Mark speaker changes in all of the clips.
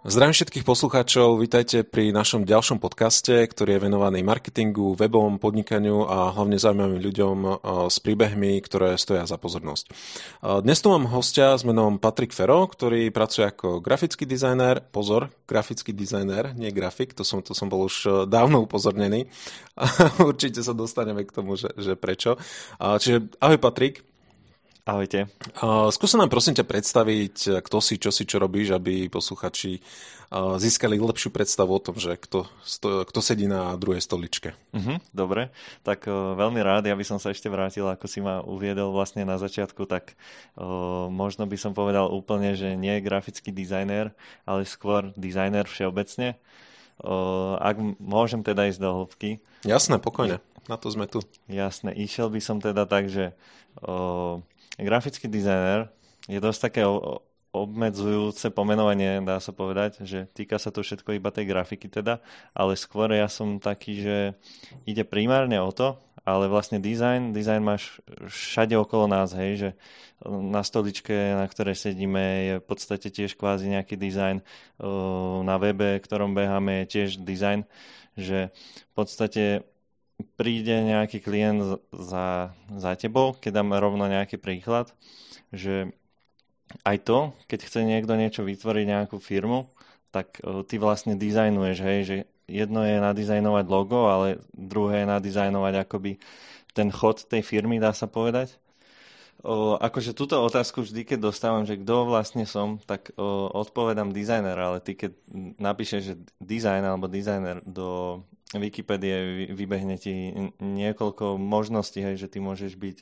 Speaker 1: Zdravím všetkých poslucháčov, vítajte pri našom ďalšom podcaste, ktorý je venovaný marketingu, webovom podnikaniu a hlavne zaujímavým ľuďom s príbehmi, ktoré stoja za pozornosť. Dnes tu mám hostia s menom Patrik Fero, ktorý pracuje ako grafický dizajner. Pozor, grafický dizajner, nie grafik, to som bol už dávno upozornený. Určite sa dostaneme k tomu, že prečo. Čiže ahoj Patrik.
Speaker 2: Ahojte.
Speaker 1: Skúsa nám prosím ťa predstaviť, kto si, čo robíš, aby posluchači získali lepšiu predstavu o tom, že kto sedí na druhej stoličke.
Speaker 2: Dobre, tak veľmi rád, ja by som sa ešte vrátil, ako si ma uviedol vlastne na začiatku, tak možno by som povedal úplne, že nie grafický dizajner, ale skôr dizajner všeobecne. Ak môžem teda ísť do hĺbky.
Speaker 1: Jasné, pokojne, na to sme tu.
Speaker 2: Jasné, išiel by som teda tak, že grafický dizajner je dosť také obmedzujúce pomenovanie, dá sa povedať, že týka sa to všetko iba tej grafiky teda, ale skôr ja som taký, že ide primárne o to, ale vlastne dizajn máš všade okolo nás, hej, že na stoličke, na ktorej sedíme, je v podstate tiež kvázi nejaký dizajn, na webe, ktorom beháme, je tiež dizajn, že v podstate príde nejaký klient za tebou, keď dám rovno nejaký príklad, že aj to, keď chce niekto niečo vytvoriť, nejakú firmu, tak ty vlastne dizajnuješ, hej, že jedno je nadizajnovať logo, ale druhé je nadizajnovať akoby ten chod tej firmy, dá sa povedať. Akože túto otázku vždy, keď dostávam, že kto vlastne som, tak odpovedám dizajner, ale ty keď napíšeš, že dizajn alebo dizajner do Wikipédie, vybehne ti niekoľko možností, hej, že ty môžeš byť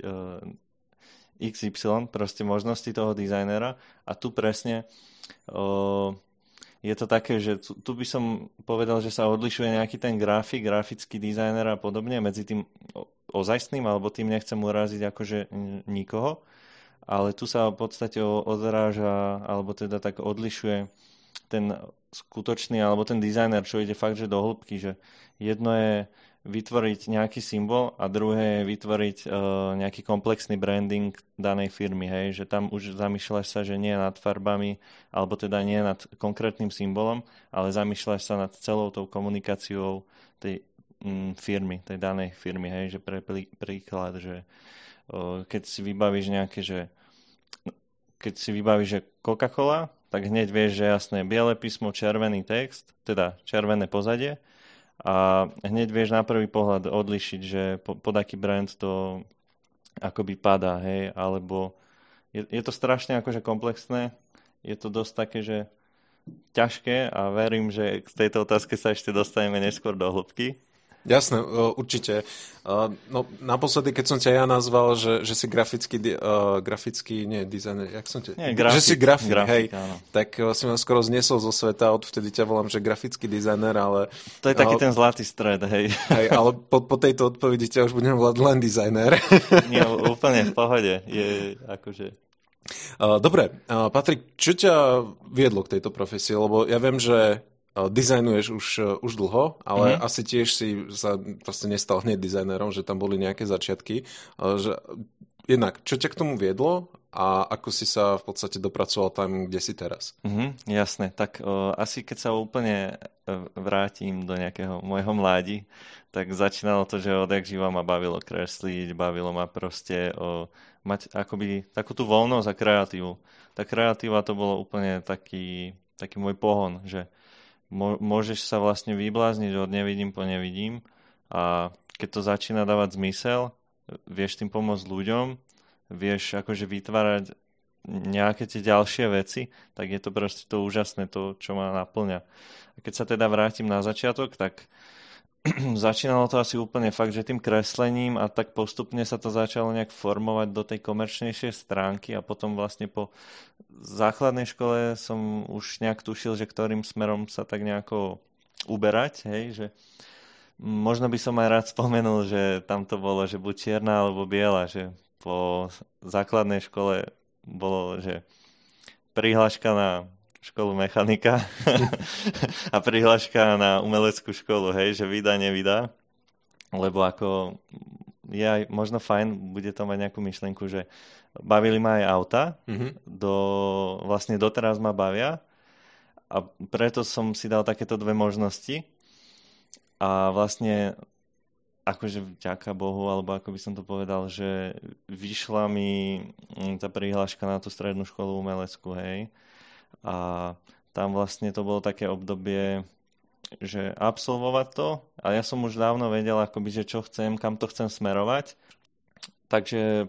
Speaker 2: XY, proste možnosti toho dizajnera a tu presne je to také, že tu by som povedal, že sa odlišuje nejaký ten grafický dizajner a podobne medzi tým ozajstným, alebo tým nechcem uraziť akože nikoho, ale tu sa v podstate odráža, alebo teda tak odlišuje ten skutočný, alebo ten dizajner, čo ide fakt, že do hĺbky, že jedno je vytvoriť nejaký symbol a druhé je vytvoriť nejaký komplexný branding danej firmy, hej, že tam už zamýšľaš sa, že nie nad farbami, alebo teda nie nad konkrétnym symbolom, ale zamýšľaš sa nad celou tou komunikáciou tej firmy, tej danej firmy, hej, že pre príklad, že keď si vybavíš nejaké, že Coca-Cola, tak hneď vieš, že jasné, biele písmo, červený text, teda červené pozadie a hneď vieš na prvý pohľad odlišiť, že pod aký brand to akoby padá, hej, alebo je to strašne akože komplexné, je to dosť také, že ťažké a verím, že k tejto otázke sa ešte dostaneme neskôr do hĺbky.
Speaker 1: Jasné, určite. No, naposledy, keď som ťa ja nazval, že si grafický nie dizajner, jak som ťa...
Speaker 2: Nie, grafik,
Speaker 1: že si grafik, hej,
Speaker 2: áno.
Speaker 1: tak si ma skoro zniesol zo sveta, odvtedy ťa volám, že grafický dizajner, ale...
Speaker 2: To je taký ten zlatý stred, hej.
Speaker 1: Hej, ale po tejto odpovedi ťa už budem volať len dizajner.
Speaker 2: Nie, úplne v pohode. Je akože...
Speaker 1: Dobre, Patrik, čo ťa viedlo k tejto profesii? Lebo ja viem, že dizajnuješ už dlho, ale asi tiež si sa vlastne nestal hneď dizajnerom, že tam boli nejaké začiatky. Jednak, čo ťa k tomu viedlo a ako si sa v podstate dopracoval tam, kde si teraz?
Speaker 2: Jasné, tak asi keď sa úplne vrátim do nejakého môjho mládi, tak začínalo to, že odjak živa ma bavilo kresliť, bavilo ma proste mať akoby takú tú voľnosť a kreatívu. Tá kreatíva to bolo úplne taký môj pohon, že môžeš sa vlastne vyblázniť od nevidím po nevidím a keď to začína dávať zmysel, vieš tým pomôcť ľuďom, vieš akože vytvárať nejaké tie ďalšie veci, tak je to proste to úžasné, to, čo ma naplňa. A keď sa teda vrátim na začiatok, tak začínalo to asi úplne fakt, že tým kreslením a tak postupne sa to začalo nejak formovať do tej komerčnejšej stránky a potom vlastne po základnej škole som už nejak tušil, že ktorým smerom sa tak nejako uberať, hej, že možno by som aj rád spomenul, že tam to bolo, že buď čierna alebo biela, že po základnej škole bolo, že prihláška na školu mechanika a prihláška na umeleckú školu, hej, že vydá, nevydá, lebo ako je aj možno fajn, bude to mať nejakú myšlienku, že bavili ma aj auta, vlastne doteraz ma bavia A preto som si dal takéto dve možnosti a vlastne akože vďaka Bohu, alebo ako by som to povedal, že vyšla mi tá prihláška na tú strednú školu umeleckú, hej. A tam vlastne to bolo také obdobie, že absolvovať to, a ja som už dávno vedel, akoby, že čo chcem, kam to chcem smerovať. Takže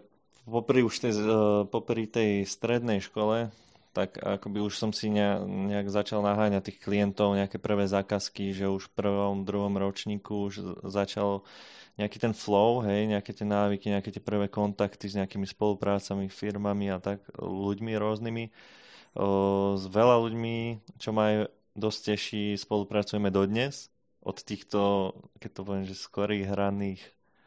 Speaker 2: popri tej strednej škole, tak akoby už som si nejak začal naháňať tých klientov, nejaké prvé zákazky, že už v prvom, druhom ročníku už začal nejaký ten flow, hej, nejaké tie návyky, nejaké tie prvé kontakty s nejakými spoluprácami, firmami a tak, ľuďmi rôznymi. S veľa ľuďmi, čo ma dosť teší, spolupracujeme dodnes. Od týchto, keď to poviem, že skorých hraných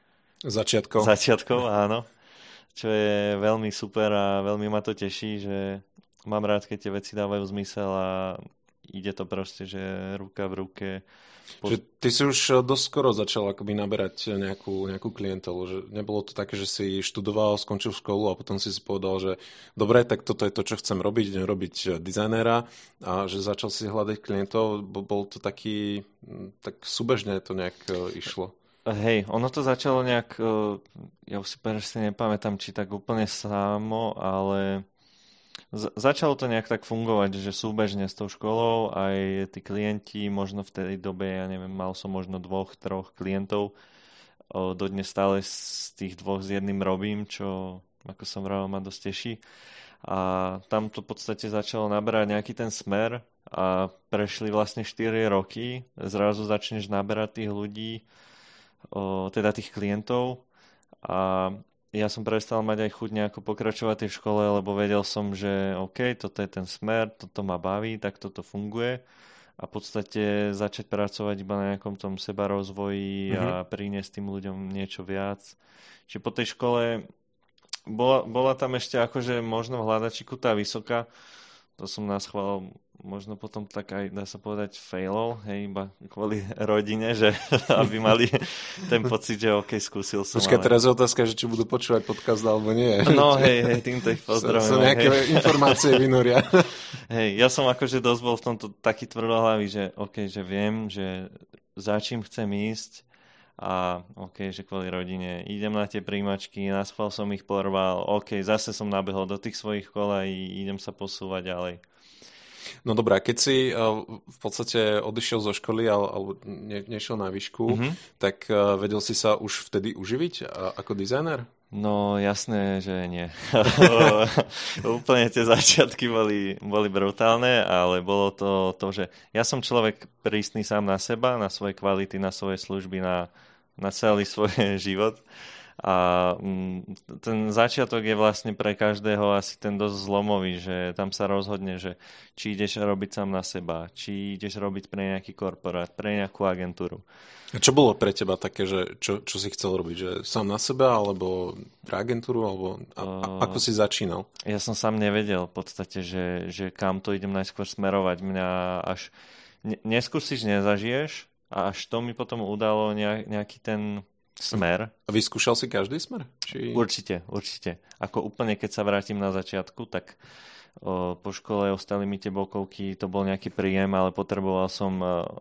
Speaker 2: začiatkov, áno. Čo je veľmi super a veľmi ma to teší, že mám rád, keď tie veci dávajú zmysel a ide to proste, že ruka v ruke.
Speaker 1: Že ty si už dosť skoro začal akoby naberať nejakú klientelu, že nebolo to také, že si študoval, skončil školu a potom si povedal, že dobre, tak toto je to, čo chcem robiť, idem robiť dizajnéra a že začal si hľadať klientov, bol to taký, tak súbežne to nejak išlo.
Speaker 2: Hej, ono to začalo nejak, ja už si nepamätám, či tak úplne samo, ale začalo to nejak tak fungovať, že súbežne s tou školou aj tí klienti, možno v tej dobe, ja neviem, mal som možno 2-3 klientov, dodnes stále z tých 2 s jedným robím, čo, ako som vravel, ma dosť teší. A tam to v podstate začalo naberať nejaký ten smer a prešli vlastne 4 roky, zrazu začneš naberať tých ľudí, teda tých klientov a ja som prestal mať aj chuť nejako pokračovať tej škole, lebo vedel som, že OK, toto je ten smer, toto ma baví, tak toto funguje a v podstate začať pracovať iba na nejakom tom sebarozvoji a priniesť tým ľuďom niečo viac. Čiže po tej škole bola tam ešte akože možno v hľadačiku tá vysoká, to som naschvál možno potom tak aj, dá sa povedať, failol, hej, iba kvôli rodine, že aby mali ten pocit, že OK, skúsil som.
Speaker 1: Počkaj, teraz je otázka, že či budú počúvať podcast alebo nie.
Speaker 2: No hej, týmto ich pozdravujem.
Speaker 1: Sú nejaké informácie vynoria.
Speaker 2: Hej, ja som akože dosť bol v tomto taký tvrdohlavý, že OK, že viem, že za čím chcem ísť a OK, že kvôli rodine idem na tie príjmačky, naschvál som ich porval, OK, zase som nabehol do tých svojich kolají, idem sa posúvať ďalej.
Speaker 1: No dobré, keď si v podstate odišiel zo školy alebo nešiel na výšku, tak vedel si sa už vtedy uživiť ako dizajner?
Speaker 2: No jasné, že nie. Úplne tie začiatky boli brutálne, ale bolo to, že ja som človek prísny sám na seba, na svoje kvality, na svoje služby, na celý svoj život. A ten začiatok je vlastne pre každého asi ten dosť zlomový, že tam sa rozhodne, že či ideš robiť sám na seba, či ideš robiť pre nejaký korporát, pre nejakú agentúru.
Speaker 1: A čo bolo pre teba také, že čo si chcel robiť? Že sám na seba, alebo pre agentúru, alebo ako si začínal? Ja
Speaker 2: som sám nevedel v podstate, že kam to idem najskôr smerovať. Mňa až neskúsiš, nezažiješ a až to mi potom udalo nejaký ten smer.
Speaker 1: A vyskúšal si každý smer? Či...
Speaker 2: Určite. Ako úplne, keď sa vrátim na začiatku, tak po škole ostali mi tie bokovky, to bol nejaký príjem, ale potreboval som,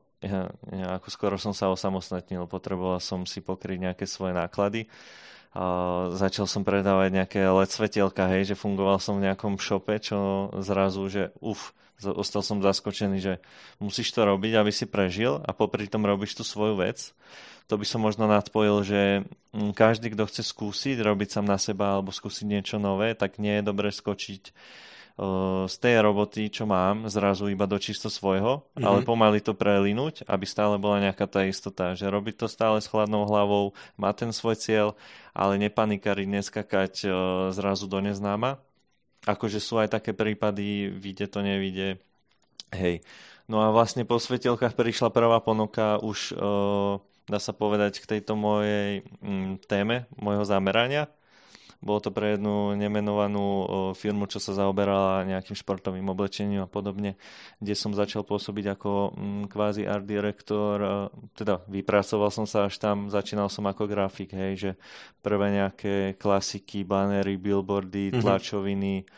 Speaker 2: ako skoro som sa osamostatnil, potreboval som si pokryť nejaké svoje náklady. Začal som predávať nejaké LED svetielka, hej, že fungoval som v nejakom šope, čo zrazu, že ostal som zaskočený, že musíš to robiť, aby si prežil a popri tom robíš tú svoju vec. To by som možno nadpojil, že každý, kto chce skúsiť robiť sám na seba alebo skúsiť niečo nové, tak nie je dobre skočiť z tej roboty, čo mám, zrazu iba do čisto svojho, ale pomaly to prelinúť, aby stále bola nejaká tá istota, že robiť to stále s chladnou hlavou, má ten svoj cieľ, ale nepanikariť, neskakať zrazu do neznáma. Akože sú aj také prípady, vyjde to, nevyjde. Hej. No a vlastne po svetelkách prišla prvá ponuka už... dá sa povedať, k tejto mojej téme, môjho zamerania. Bolo to pre jednu nemenovanú firmu, čo sa zaoberala nejakým športovým oblečením a podobne, kde som začal pôsobiť ako kvázi art director, teda vypracoval som sa až tam, začínal som ako grafik, hej, že prvé nejaké klasiky, banery, billboardy, tlačoviny,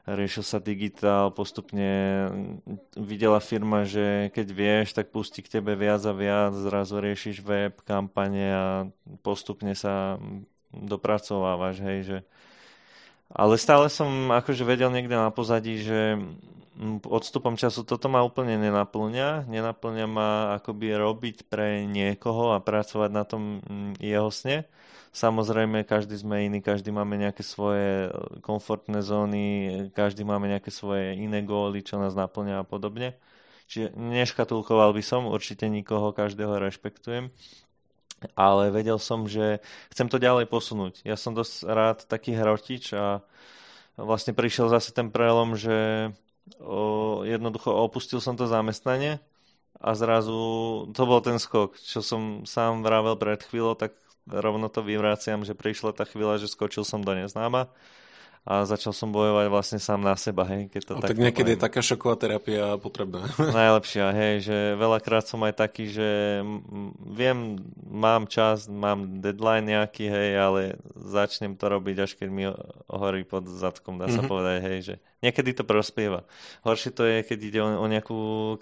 Speaker 2: riešil sa digitál, postupne videla firma, že keď vieš, tak pustí k tebe viac a viac, zrazu riešiš web, kampane a postupne sa dopracovávaš, hej, že... Ale stále som akože vedel niekde na pozadí, že odstupom času toto ma úplne nenaplňa. Nenaplňa ma akoby robiť pre niekoho a pracovať na tom jeho sne. Samozrejme, každý sme iný, každý máme nejaké svoje komfortné zóny, každý máme nejaké svoje iné góly, čo nás naplňa a podobne. Čiže neškatulkoval by som, určite nikoho, každého rešpektujem. Ale vedel som, že chcem to ďalej posunúť. Ja som dosť rád taký hrotič a vlastne prišiel zase ten prelom, že jednoducho opustil som to zamestnanie a zrazu to bol ten skok, čo som sám vravel pred chvíľou, tak rovno to vyvraciam, že prišla tá chvíľa, že skočil som do neznáma a začal som bojovať vlastne sám na seba, hej. Keď to
Speaker 1: tak niekedy je taká šoková terapia potrebná.
Speaker 2: Najlepšia, hej, že veľakrát som aj taký, že viem, mám čas, mám deadline nejaký, hej, ale začnem to robiť, až keď mi horí pod zadkom, dá sa povedať, hej, že niekedy to prospieva. Horšie to je, keď ide o nejakú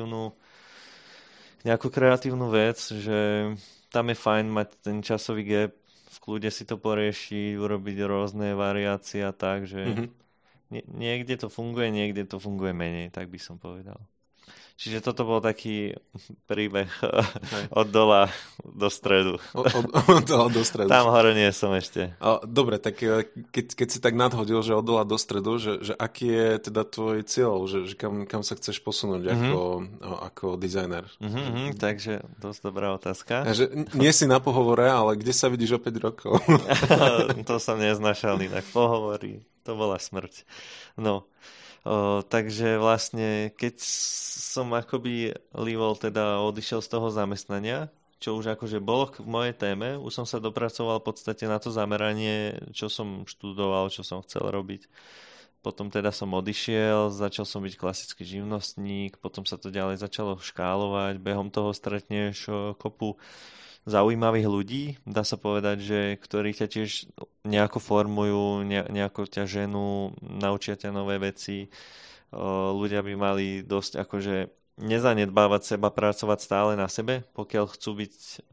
Speaker 2: kreatívnu vec, že tam je fajn mať ten časový gap, v kľude si to poriešiť, urobiť rôzne variácie a tak, že niekde to funguje menej, tak by som povedal. Čiže toto bol taký príbeh od dola do stredu.
Speaker 1: Od dola do stredu.
Speaker 2: Tam hore nie som ešte.
Speaker 1: Dobre, tak keď si tak nadhodil, že od dola do stredu, že aký je teda tvoj cieľ, že kam sa chceš posunúť ako dizajner?
Speaker 2: Takže dosť dobrá otázka.
Speaker 1: Že nie si na pohovore, ale kde sa vidíš o 5 rokov?
Speaker 2: To som neznašal inak. Pohovorí, to bola smrť. No, takže vlastne keď som akoby teda odišiel z toho zamestnania, čo už akože bolo v mojej téme, už som sa dopracoval v podstate na to zameranie, čo som študoval, čo som chcel robiť. Potom teda som odišiel, začal som byť klasický živnostník, potom sa to ďalej začalo škálovať, behom toho stretneš kopu zaujímavých ľudí, dá sa povedať, že ktorí ťa tiež nejako formujú, nejako ťa ženú, naučia ťa nové veci. Ľudia by mali dosť akože nezanedbávať seba, pracovať stále na sebe, pokiaľ chcú byť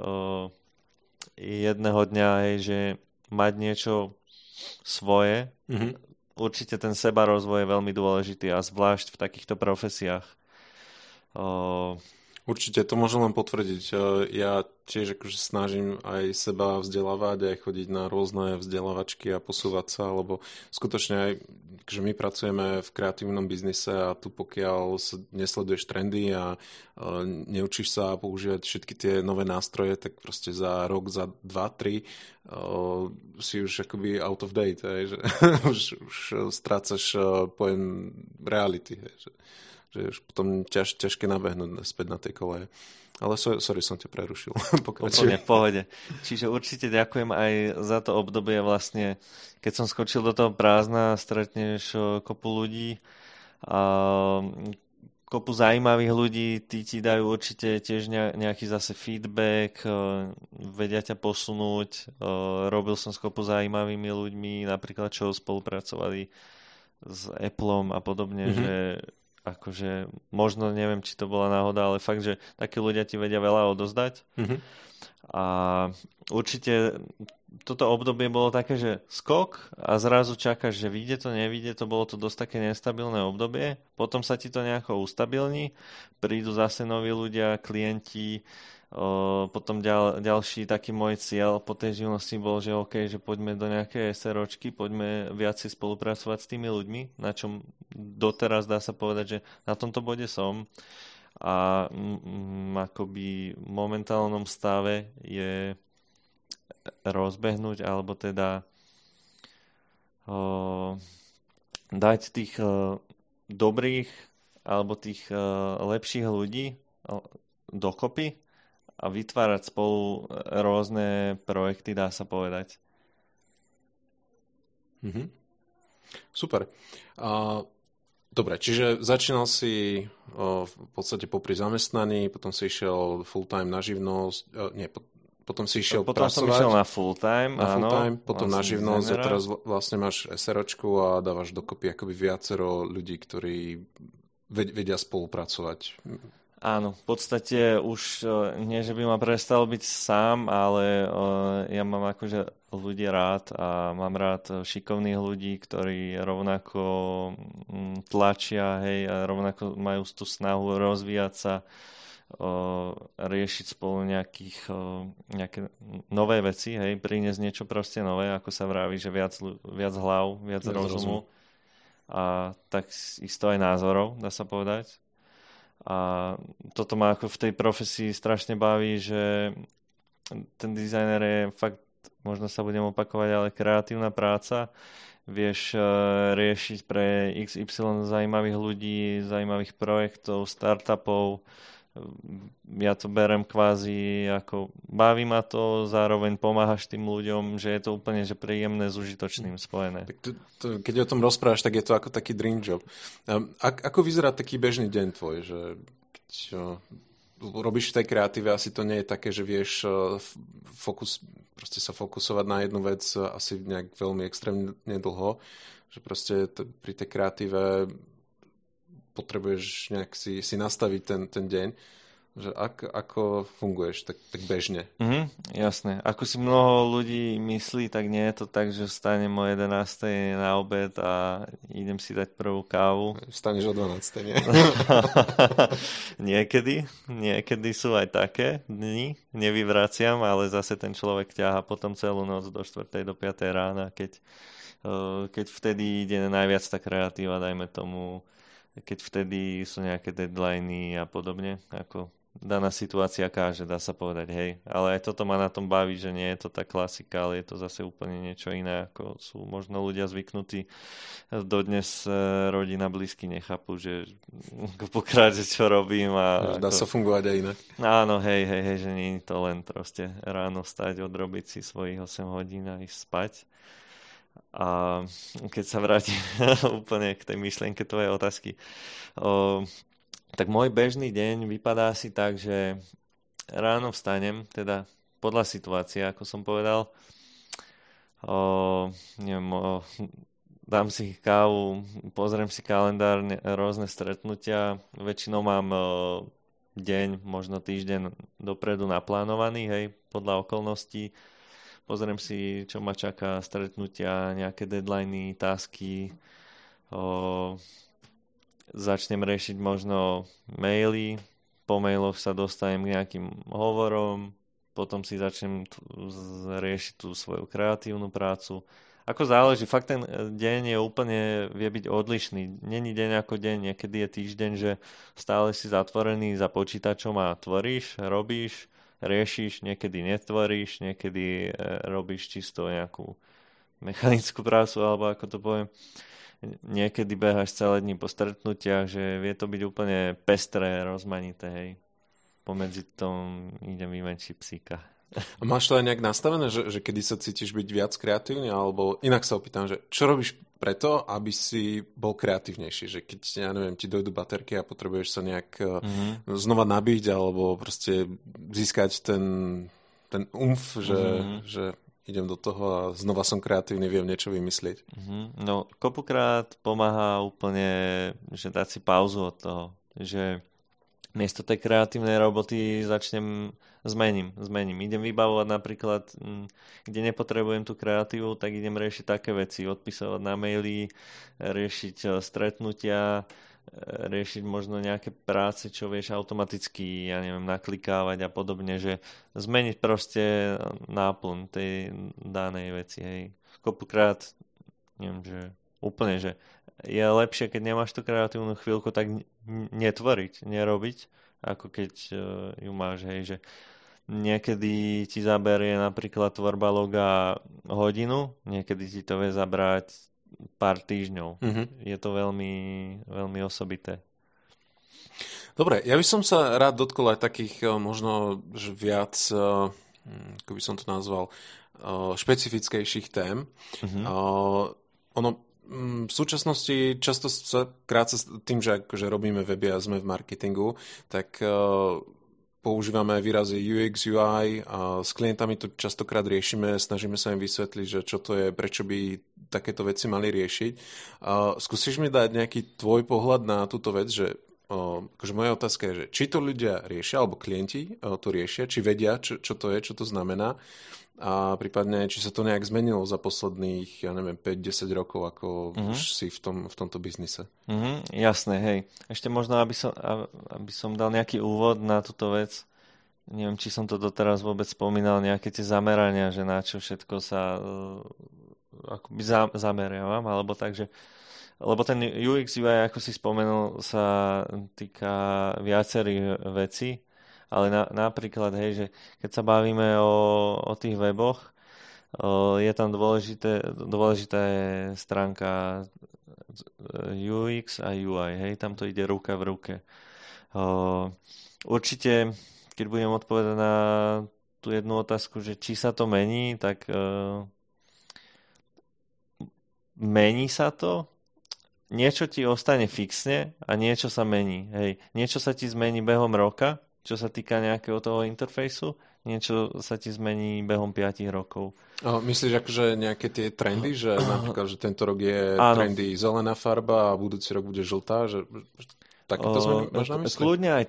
Speaker 2: jedného dňa, že mať niečo svoje. Určite ten sebarozvoj je veľmi dôležitý a zvlášť v takýchto profesiách.
Speaker 1: Určite, to môžem len potvrdiť. Ja tiež akože snažím aj seba vzdelávať, aj chodiť na rôzne vzdelávačky a posúvať sa, lebo skutočne aj, že my pracujeme v kreatívnom biznise a tu pokiaľ nesleduješ trendy a neučíš sa používať všetky tie nové nástroje, tak proste za rok, za 2-3 si už akoby out of date, že už strácaš pojem reality, že už potom ťažké nabehnúť späť na tej koleje. Ale sorry, som ťa prerušil.
Speaker 2: Úplne v pohode. Čiže určite ďakujem aj za to obdobie vlastne, keď som skočil do toho prázdna, stretneš kopu ľudí a kopu zaujímavých ľudí, tí ti dajú určite tiež nejaký zase feedback, vedia ťa posunúť. Robil som s kopu zaujímavými ľuďmi, napríklad čo spolupracovali s Appleom a podobne, že akože možno neviem, či to bola náhoda, ale fakt, že takí ľudia ti vedia veľa odozdať. A určite toto obdobie bolo také, že skok a zrazu čakáš, že vyjde to, nevyjde to, bolo to dosť také nestabilné obdobie. Potom sa ti to nejako ustabilní, prídu zase noví ľudia, klienti. Potom ďalší taký môj cieľ po tej živnosti bol, že OK, že poďme do nejakej SROčky, poďme viac si spolupracovať s tými ľuďmi, na čom doteraz dá sa povedať, že na tomto bode som a akoby v momentálnom stave je rozbehnúť alebo teda dať tých dobrých alebo tých lepších ľudí dokopy a vytvárať spolu rôzne projekty, dá sa povedať.
Speaker 1: Super. Dobre, čiže začínal si v podstate popri zamestnaní, potom si išiel full-time na živnosť, potom si išiel
Speaker 2: Potom
Speaker 1: pracovať.
Speaker 2: Som išiel na full time,
Speaker 1: potom na živnosť a teraz vlastne máš SROčku a dávaš dokopy akoby viacero ľudí, ktorí vedia spolupracovať.
Speaker 2: Áno, v podstate už nie, že by ma prestal byť sám, ale ja mám akože ľudí rád a mám rád šikovných ľudí, ktorí rovnako tlačia, hej, a rovnako majú tú snahu rozvíjať sa, riešiť spolu nejaké nové veci, hej, priniesť niečo proste nové, ako sa vraví, že viac hlav, viac rozumu a tak isto aj názorov, dá sa povedať. A toto ma ako v tej profesii strašne baví, že ten dizajner je fakt, možno sa budem opakovať, ale kreatívna práca. Vieš riešiť pre XY zaujímavých ľudí, zaujímavých projektov, startupov. Ja to berem kvázi ako baví ma to, zároveň pomáhaš tým ľuďom, že je to úplne že príjemné s užitočným spojené.
Speaker 1: Tak keď o tom rozprávaš, tak je to ako taký dream job. Ako vyzerá taký bežný deň tvoj? Že keď robíš v tej kreatíve, asi to nie je také, že vieš proste sa fokusovať na jednu vec asi nejak veľmi extrémne dlho. Že proste pri tej kreatíve potrebuješ nejak si nastaviť ten deň, že ako funguješ tak bežne.
Speaker 2: Jasné. Ako si mnoho ľudí myslí, tak nie je to tak, že vstanem o 11. na obed a idem si dať prvú kávu.
Speaker 1: Vstaneš o 12. nie?
Speaker 2: Niekedy sú aj také dni, nevyvraciam, ale zase ten človek ťaha potom celú noc do 4. do 5. rána, keď vtedy ide najviac tá kreatíva, dajme tomu, keď vtedy sú nejaké deadliny a podobne, ako daná situácia káže, dá sa povedať, hej. Ale aj toto ma na tom baví, že nie je to tá klasika, ale je to zase úplne niečo iné, ako sú možno ľudia zvyknutí. Dodnes rodina, blízky nechápu, že že čo robím.
Speaker 1: Dá sa fungovať aj inak.
Speaker 2: Áno, hej, že nie je to len proste ráno vstať, odrobiť si svojich 8 hodín a ísť spať. A keď sa vrátim úplne k tej myšlienke tvojej otázky, tak môj bežný deň vypadá asi tak, že ráno vstanem, teda podľa situácie, ako som povedal, dám si kávu, pozriem si kalendár, rôzne stretnutia, väčšinou mám deň, možno týždeň dopredu naplánovaný, hej, podľa okolností. Pozriem si, čo ma čaká, stretnutia, nejaké deadliny, tasky. Začnem riešiť možno maily. Po mailoch sa dostanem k nejakým hovorom. Potom si začnem riešiť tú svoju kreatívnu prácu. Ako záleží, fakt ten deň je úplne, vie byť odlišný. Není deň ako deň, niekedy je týždeň, že stále si zatvorený za počítačom a tvoríš, robíš, riešiš, niekedy netvoríš, niekedy robíš čisto nejakú mechanickú prácu, alebo ako to poviem. Niekedy beháš celé dni po stretnutiach, že vie to byť úplne pestré, rozmanité, hej. Pomedzi tom idem vymenšiť psíka.
Speaker 1: A máš to aj nejak nastavené, že kedy sa cítiš byť viac kreatívny, alebo inak sa opýtam, že čo robíš preto, aby si bol kreatívnejší, že keď, ja neviem, ti dojdú baterky a potrebuješ sa nejak znova nabiť, alebo proste získať ten umf, že idem do toho a znova som kreatívny, viem niečo vymyslieť.
Speaker 2: No, kopukrát pomáha úplne, že dať si pauzu od toho, že miesto tej kreatívnej roboty zmením. Idem vybavovať napríklad, kde nepotrebujem tú kreatívu, tak idem riešiť také veci, odpisovať na maily, riešiť stretnutia, riešiť možno nejaké práce, čo vieš automaticky, ja neviem, naklikávať a podobne, že zmeniť proste náplň tej danej veci, hej. Kopukrát, neviem, že úplne, že je lepšie, keď nemáš tú kreatívnu chvíľku, tak netvoriť, nerobiť, ako keď ju máš, hej, že niekedy ti zaberie napríklad tvorba loga hodinu, niekedy ti to vie zabrať pár týždňov. Je to veľmi, veľmi osobité.
Speaker 1: Dobre, ja by som sa rád dotkol aj takých možno že viac, ako by som to nazval, špecifickejších tém. V súčasnosti často sa kráca tým, že akože robíme weby a sme v marketingu, tak používame výrazy UX, UI a s klientami to častokrát riešime, snažíme sa im vysvetliť, že čo to je, prečo by takéto veci mali riešiť. Skúsiš mi dať nejaký tvoj pohľad na túto vec, že akože moja otázka je, že či to ľudia riešia, alebo klienti to riešia, či vedia, čo to je, čo to znamená a prípadne, či sa to nejak zmenilo za posledných, ja neviem, 5-10 rokov, ako už si v tomto biznise.
Speaker 2: Jasné, hej. Ešte možno, aby som dal nejaký úvod na túto vec. Neviem, či som to doteraz vôbec spomínal, nejaké tie zamerania, že na čo všetko sa akoby zameriavam, alebo tak, že lebo ten UX UI, ako si spomenul, sa týka viacerých vecí. Ale napríklad, hej, že keď sa bavíme o tých weboch, je tam dôležitá je stránka UX a UI, hej, tam to ide ruka v ruke. Určite, keď budem odpovedať na tú jednu otázku, že či sa to mení, tak mení sa to, niečo ti ostane fixne a niečo sa mení, hej. Niečo sa ti zmení behom roka, čo sa týka nejakého toho interfejsu, niečo sa ti zmení behom 5 rokov.
Speaker 1: Myslíš akože nejaké tie trendy, že napríklad, že tento rok je trendy zelená farba a budúci rok bude žltá, že takéto zmeny možno myslíš?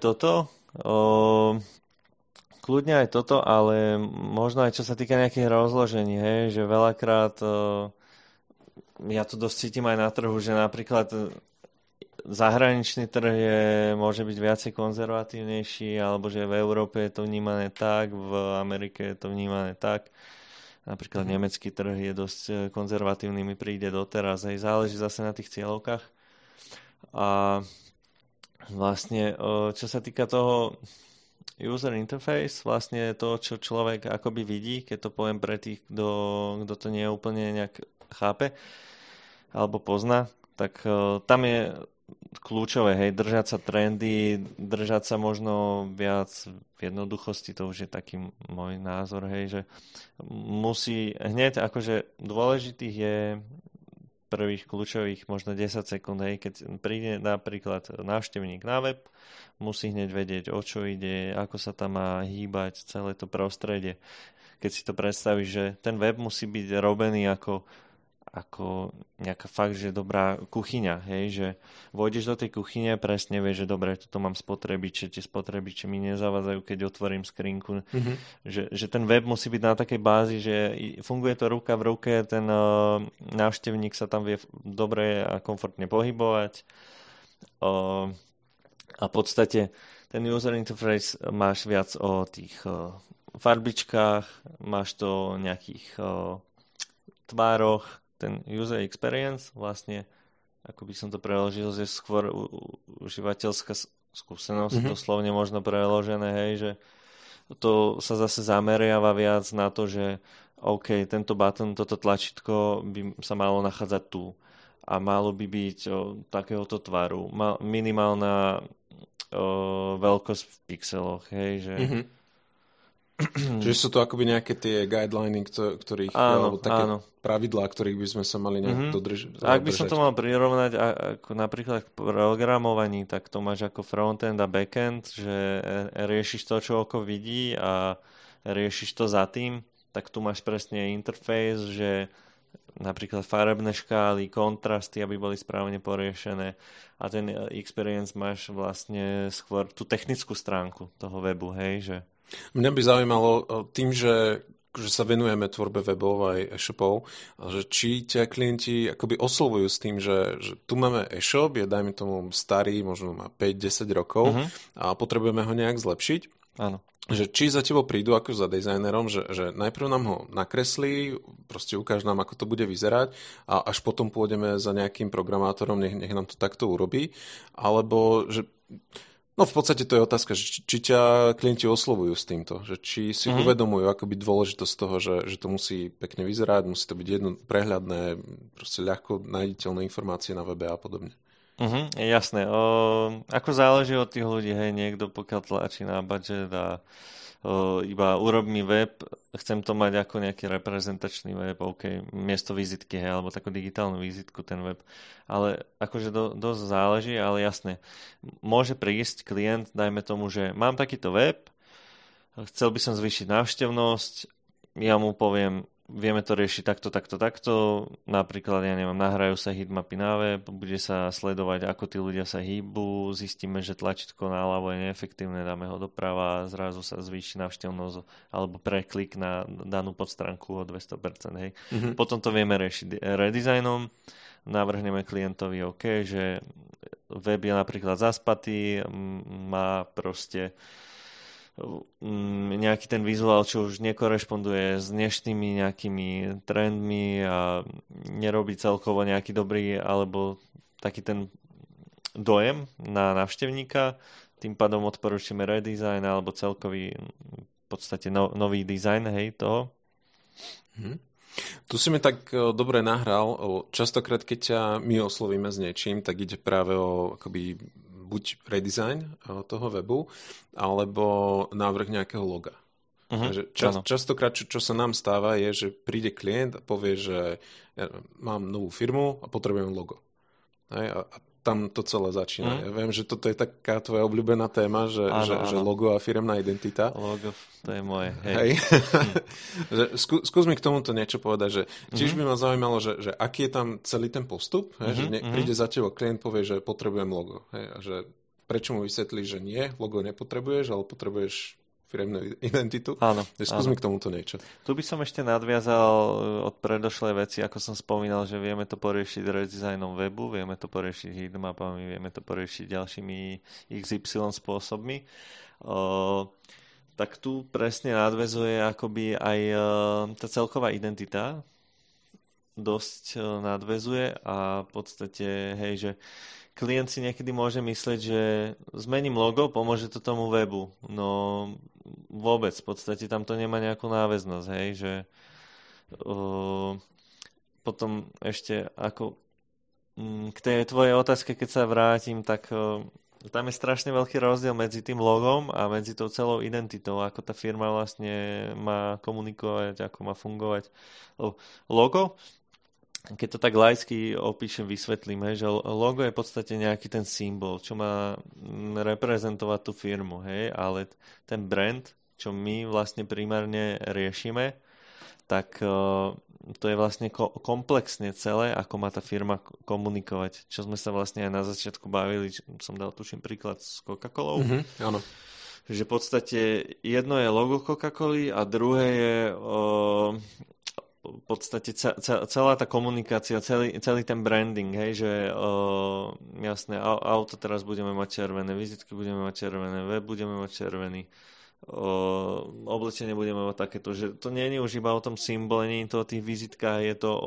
Speaker 1: Kľudne aj toto, ale možno aj čo sa týka nejakých rozložení, hej, že veľakrát ja to dosť cítim aj na trhu, že napríklad zahraničný trh môže byť viacej konzervatívnejší, alebo že v Európe je to vnímané tak, v Amerike je to vnímané tak. Napríklad nemecký trh je dosť konzervatívny, mi príde doteraz. Aj záleží zase na tých cieľovkách. A vlastne, čo sa týka toho user interface, vlastne to, čo človek akoby vidí, keď to poviem pre tých, kto to nie úplne nejak chápe alebo pozná, tak tam je kľúčové, hej, držať sa trendy, držať sa možno viac v jednoduchosti, to už je taký môj názor, hej, že musí hneď, akože dôležitých je prvých kľúčových možno 10 sekúnd, hej, keď príde napríklad návštevník na web, musí hneď vedieť, o čo ide, ako sa tam má hýbať celé to prostredie. Keď si to predstavíš, že ten web musí byť robený ako nejaká fakt, že dobrá kuchyňa, hej, že vojdeš do tej kuchyne, presne vieš, že dobre, toto mám spotrebiče, tie spotrebiče mi nezavádzajú, keď otvorím skrinku. Že ten web musí byť na takej bázi, že funguje to ruka v ruke, ten návštevník sa tam vie dobre a komfortne pohybovať a v podstate ten user interface máš viac o tých farbičkách, máš to o nejakých tvároch, ten user experience, vlastne, ako by som to preložil, je skôr užívateľská skúsenosť, doslovne možno preložené, hej, že to sa zase zameriava viac na to, že OK, tento button, toto tlačítko by sa malo nachádzať tu a malo by byť takéhoto tvaru. Minimálna veľkosť v pixeloch, hej, že... Čiže sú to akoby nejaké tie guideliny, ktorých, alebo také pravidlá, ktorých by sme sa mali nejak dodržať.
Speaker 2: Ak by som to mal prirovnať ako napríklad k programovaní, tak to máš ako frontend a backend, že riešiš to, čo oko vidí a riešiš to za tým, tak tu máš presne interface, že napríklad farebné škály, kontrasty, aby boli správne poriešené a ten experience máš vlastne skôr tú technickú stránku toho webu, hej, že...
Speaker 1: Mňa by zaujímalo tým, že sa venujeme tvorbe webov aj e-shopov, že či ťa klienti akoby oslovujú s tým, že tu máme e-shop, je dajme tomu starý, možno má 5-10 rokov a potrebujeme ho nejak zlepšiť.
Speaker 2: Áno.
Speaker 1: Že či za tebou prídu ako za dizajnerom, že najprv nám ho nakreslí, proste ukáž nám, ako to bude vyzerať a až potom pôjdeme za nejakým programátorom, nech nám to takto urobí, alebo že... No v podstate to je otázka, či ťa klienti oslovujú s týmto, že či si uvedomujú akoby dôležitosť toho, že to musí pekne vyzerať, musí to byť prehľadné, proste ľahko nájditeľné informácie na webe a podobne.
Speaker 2: Jasné. Ako záleží od tých ľudí, hej, niekto pokiaľ tlačí na budget a iba urob mi web, chcem to mať ako nejaký reprezentačný web, OK, miesto vizitky, hej, alebo takú digitálnu vizitku ten web. Ale akože dosť záleží, ale jasné, môže prísť klient, dajme tomu, že mám takýto web, chcel by som zvýšiť návštevnosť, ja mu poviem, vieme to riešiť takto, napríklad, ja neviem, nahrajú sa heatmapy na web, bude sa sledovať, ako tí ľudia sa hýbu, zistíme, že tlačítko naľavo je neefektívne, dáme ho doprava, zrazu sa zvýši návštevnosť alebo preklik na danú podstránku o 200%, hej. Potom to vieme riešiť redesignom, navrhneme klientovi OK, že web je napríklad zaspatý, má proste nejaký ten vizuál, čo už nekorešponduje s dnešnými nejakými trendmi a nerobí celkovo nejaký dobrý alebo taký ten dojem na návštevníka. Tým pádom odporúčime redesign alebo celkový v podstate nový dizajn, hej, toho.
Speaker 1: Tu si mi tak dobre nahral. Častokrát, keď ťa my oslovíme s niečím, tak ide práve o akoby buď redesign toho webu, alebo návrh nejakého loga. Takže častokrát, čo sa nám stáva, je, že príde klient a povie, že ja mám novú firmu a potrebujem logo. A tam to celé začína. Ja viem, že toto je taká tvoja obľúbená téma, že logo a firemná identita.
Speaker 2: Logo, to je moje. Hej.
Speaker 1: Skús mi k tomuto niečo povedať, že tiež by ma zaujímalo, že aký je tam celý ten postup, že príde za teba klient, povie, že potrebujem logo. A že prečo mu vysvetlí, že nie, logo nepotrebuješ, ale potrebuješ firemnú identitu.
Speaker 2: Áno.
Speaker 1: Skús mi k tomuto niečo.
Speaker 2: Tu by som ešte nadviazal od predošlej veci, ako som spomínal, že vieme to poriešiť redesignom webu, vieme to poriešiť heatmapami, vieme to poriešiť ďalšími XY spôsobmi. Tak tu presne nadväzuje akoby aj tá celková identita dosť nadväzuje a v podstate, hej, že klient si niekedy môže myslieť, že zmením logo, pomôže to tomu webu. No vôbec, v podstate tam to nemá nejakú náväznosť, hej, že potom ešte ako k tej tvojej otázke, keď sa vrátim, tak tam je strašne veľký rozdiel medzi tým logom a medzi tou celou identitou, ako tá firma vlastne má komunikovať, ako má fungovať. Logo, keď to tak laicky opíšem, vysvetlím, že logo je v podstate nejaký ten symbol, čo má reprezentovať tú firmu, hej, ale ten brand, čo my vlastne primárne riešime, tak to je vlastne komplexne celé, ako má tá firma komunikovať. Čo sme sa vlastne aj na začiatku bavili, som dal tuším príklad s Coca-Colou.
Speaker 1: Áno.
Speaker 2: Že v podstate jedno je logo Coca-Coly a druhé je v podstate celá tá komunikácia, celý ten branding, hej, že jasné, auto teraz budeme mať červené, vizitky budeme mať červené, web budeme mať červený, oblečenie budeme mať takéto, že to nie je už iba o tom symbole, nie je to o tých vizitkách,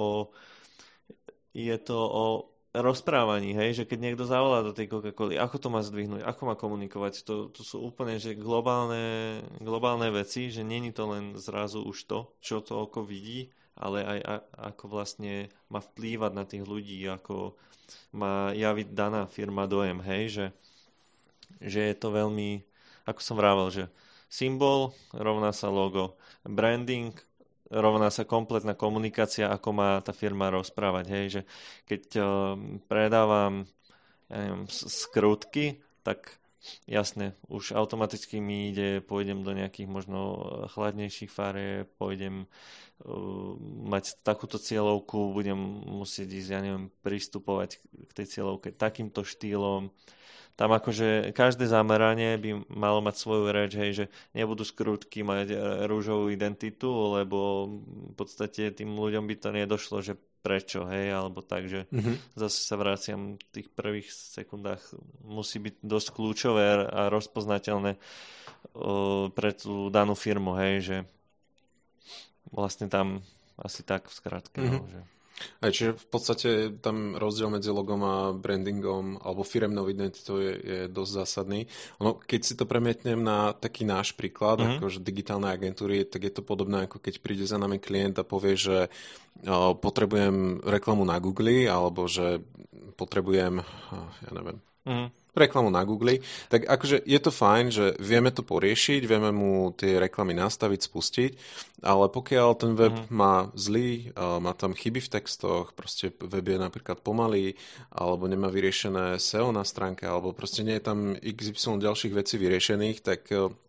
Speaker 2: je to o rozprávaní, hej, že keď niekto zavolá do tej Coca-Coly, ako to má zdvihnúť, ako má komunikovať, to sú úplne že globálne veci, že nie je to len zrazu už to, čo to oko vidí, ale aj ako vlastne má vplývať na tých ľudí, ako má javiť daná firma dojem, hej, že je to veľmi, ako som vravel, že symbol rovná sa logo, branding rovná sa kompletná komunikácia, ako má tá firma rozprávať, hej, že keď predávam, ja neviem, skrutky, tak jasne, už automaticky mi pôjdem do nejakých možno chladnejších farieb, pôjdem mať takúto cieľovku, budem musieť ísť, ja neviem, pristupovať k tej cieľovke takýmto štýlom. Tam akože každé zameranie by malo mať svoju reč, hej, že nebudú skrutky mať rúžovú identitu, lebo v podstate tým ľuďom by to nedošlo, že prečo, hej, alebo tak, že zase sa vraciam v tých prvých sekundách, musí byť dosť kľúčové a rozpoznateľné pre tú danú firmu, hej, že vlastne tam asi tak v skratke. No, že...
Speaker 1: Aj, čiže v podstate tam rozdiel medzi logom a brandingom alebo firemnou identitou je dosť zásadný. Ono, keď si to premietnem na taký náš príklad, akože digitálnej agentúry, tak je to podobné, ako keď príde za nami klient a povie, že potrebujem reklamu na Google, alebo že potrebujem, ja neviem, reklamu na Google, tak akože je to fajn, že vieme to poriešiť, vieme mu tie reklamy nastaviť, spustiť, ale pokiaľ ten web má zlý, má tam chyby v textoch, proste web je napríklad pomalý, alebo nemá vyriešené SEO na stránke, alebo proste nie je tam XY ďalších vecí vyriešených, tak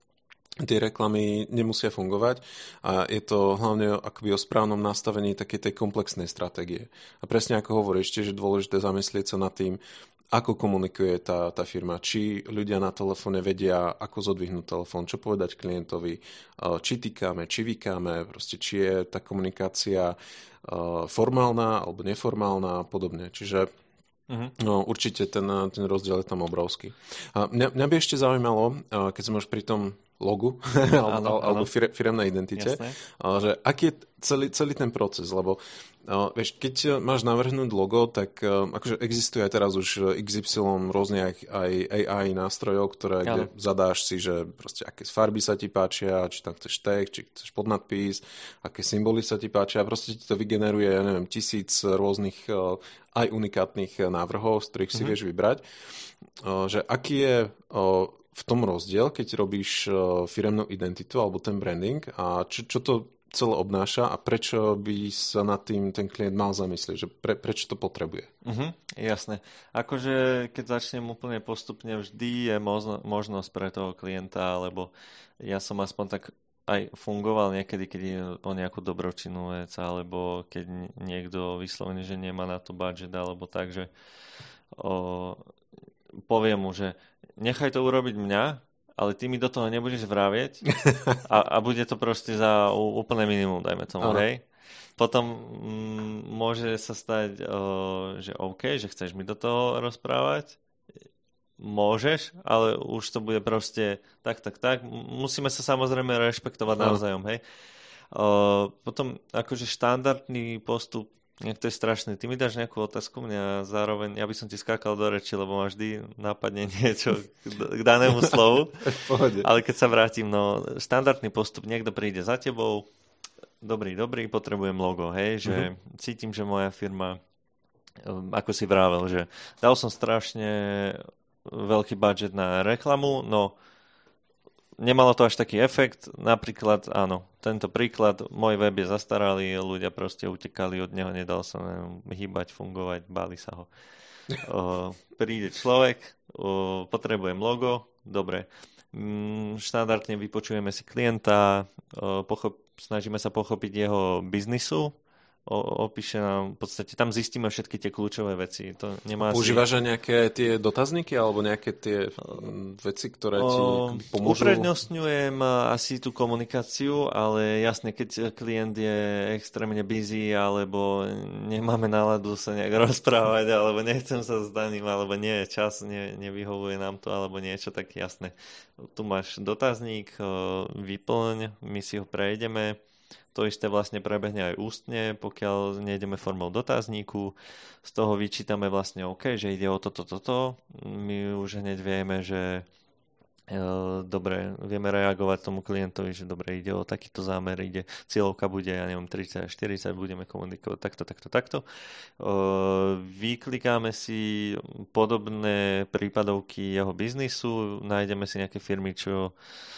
Speaker 1: tie reklamy nemusia fungovať a je to hlavne akoby o správnom nastavení takej tej komplexnej stratégie. A presne ako hovoríš, tiež je dôležité zamyslieť sa nad tým, ako komunikuje tá firma, či ľudia na telefóne vedia, ako zodvihnúť telefón, čo povedať klientovi, či týkame, či vykáme, proste či je tá komunikácia formálna alebo neformálna a podobne. Čiže no, určite ten rozdiel je tam obrovský. A mňa by ešte zaujímalo, keď sme už pri tom logu alebo firemnej identite, že aký je celý ten proces, lebo vieš, keď máš navrhnúť logo, tak akože existuje aj teraz už XY rôznych aj AI nástrojov, kde zadáš si, že proste aké farby sa ti páčia, či tam chceš text, či chceš podnadpis, aké symboly sa ti páčia, proste ti to vygeneruje, ja neviem, 1000 rôznych aj unikátnych návrhov, z ktorých si vieš vybrať. Že aký je v tom rozdiel, keď robíš firemnú identitu alebo ten branding a čo to celé obnáša a prečo by sa nad tým ten klient mal zamyslieť, že prečo to potrebuje?
Speaker 2: Jasné. Akože keď začnem úplne postupne, vždy je možnosť pre toho klienta, lebo ja som aspoň tak aj fungoval niekedy, keď je o nejakú dobročinnú vec, alebo keď niekto vyslovene, že nemá na to budget, alebo tak, že poviem mu, že nechaj to urobiť mňa, ale ty mi do toho nebudeš vravieť a bude to proste za úplné minimum, dajme tomu, hej. Potom môže sa stať, že OK, že chceš mi do toho rozprávať, môžeš, ale už to bude proste tak. Musíme sa samozrejme rešpektovať navzájom, hej. Potom akože štandardný postup, to je strašné. Ty mi dáš nejakú otázku, mňa zároveň, ja by som ti skákal do reči, lebo ma vždy napadne niečo k danému slovu. Ale keď sa vrátim, štandardný postup, niekto príde za tebou, dobrý, potrebujem logo, hej, že cítim, že moja firma, ako si vravel, že dal som strašne veľký budget na reklamu, no nemalo to až taký efekt, napríklad, áno, tento príklad, môj web je zastaralý, ľudia proste utekali od neho, nedal sa hýbať, fungovať, báli sa ho. Príde človek, potrebujem logo, dobre, štandardne vypočujeme si klienta, snažíme sa pochopiť jeho biznisu, opíše nám, v podstate tam zistíme všetky tie kľúčové veci. To nemá
Speaker 1: Používaš aj nejaké tie dotazníky alebo nejaké tie veci, ktoré ti pomôžu?
Speaker 2: Uprednostňujem asi tú komunikáciu, ale jasne, keď klient je extrémne busy alebo nemáme náladu sa nejak rozprávať alebo nechcem sa s daným, alebo nie je čas, nevyhovuje nám to alebo niečo, tak jasne. Tu máš dotazník, vyplň, my si ho prejdeme. To isté vlastne prebehne aj ústne, pokiaľ nejdeme formou dotazníku. Z toho vyčítame vlastne OK, že ide o toto. My už hneď vieme, že dobre, vieme reagovať tomu klientovi, že dobre, ide o takýto zámer, cieľovka bude, ja neviem, 30 až 40, budeme komunikovať takto. Vyklikáme si podobné prípadovky jeho biznisu, nájdeme si nejaké firmy, čo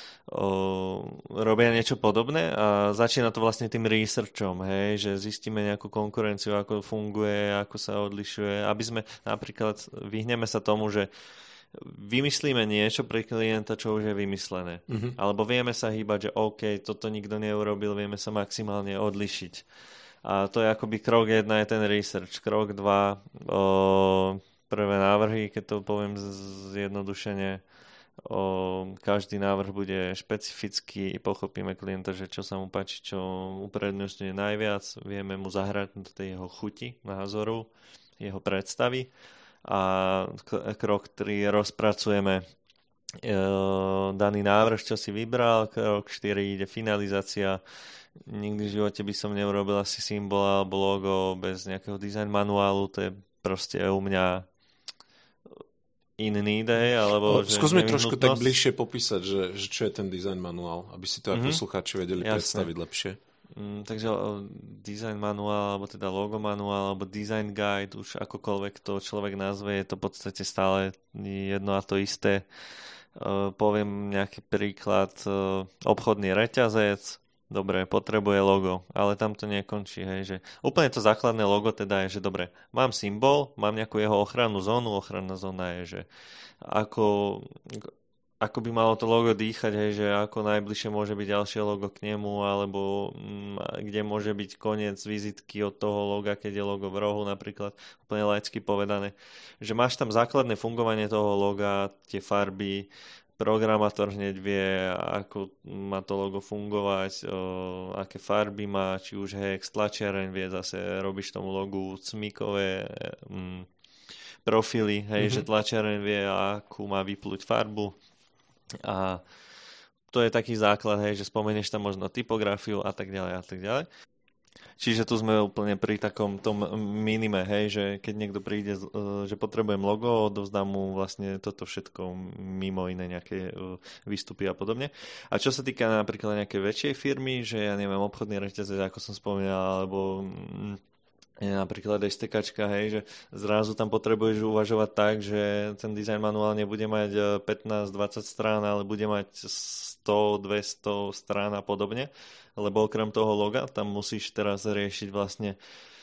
Speaker 2: robia niečo podobné a začína to vlastne tým researchom, hej, že zistíme nejakú konkurenciu, ako funguje, ako sa odlišuje, aby sme napríklad vyhneme sa tomu, že vymyslíme niečo pre klienta, čo už je vymyslené. Alebo vieme sa hýbať, že OK, toto nikto neurobil, vieme sa maximálne odlišiť. A to je akoby krok 1 je ten research. Krok 2 prvé návrhy, keď to poviem zjednodušene, každý návrh bude špecifický, pochopíme klienta, že čo sa mu páči, čo uprednostňuje najviac, vieme mu zahrať do tej jeho chuti, názoru, jeho predstavy a krok 3 rozpracujeme daný návrh, čo si vybral, krok 4 ide finalizácia. Nikdy v živote by som neurobil asi symbol alebo logo bez nejakého design manuálu, to je proste u mňa iný day, alebo
Speaker 1: skús mi trošku tak bližšie popísať, že čo je ten design manuál, aby si to aj poslucháči vedeli predstaviť lepšie.
Speaker 2: Takže design manuál, alebo teda logo manuál, alebo design guide, už akokoľvek to človek nazve, je to v podstate stále jedno a to isté. Poviem nejaký príklad, obchodný reťazec, dobre, potrebuje logo, ale tam to nekončí, hej, že úplne to základné logo teda je, že dobre, mám symbol, mám nejakú jeho ochrannú zónu, ochranná zóna je, že ako by malo to logo dýchať, hej, že ako najbližšie môže byť ďalšie logo k nemu, alebo kde môže byť koniec vizitky od toho loga, keď je logo v rohu napríklad, úplne laicky povedané. Že máš tam základné fungovanie toho loga, tie farby, programátor hneď vie, ako má to logo fungovať, aké farby má, či už hex, tlačiareň vie, zase robíš tomu logu cmikové profily, hej, že tlačiareň vie, akú má vyplúť farbu. A to je taký základ, hej, že spomenieš tam možno typografiu a tak ďalej a tak ďalej. Čiže tu sme úplne pri takom tom minime, hej, že keď niekto príde, že potrebujem logo, odovzdám mu vlastne toto všetko, mimo iné nejaké výstupy a podobne. A čo sa týka napríklad nejakej väčšej firmy, že ja neviem, obchodný reťazec, ako som spomínal, alebo napríklad STKčka, hej, že zrazu tam potrebuješ uvažovať tak, že ten design manuál nebude mať 15-20 strán, ale bude mať 100-200 strán a podobne, lebo okrem toho loga tam musíš teraz riešiť vlastne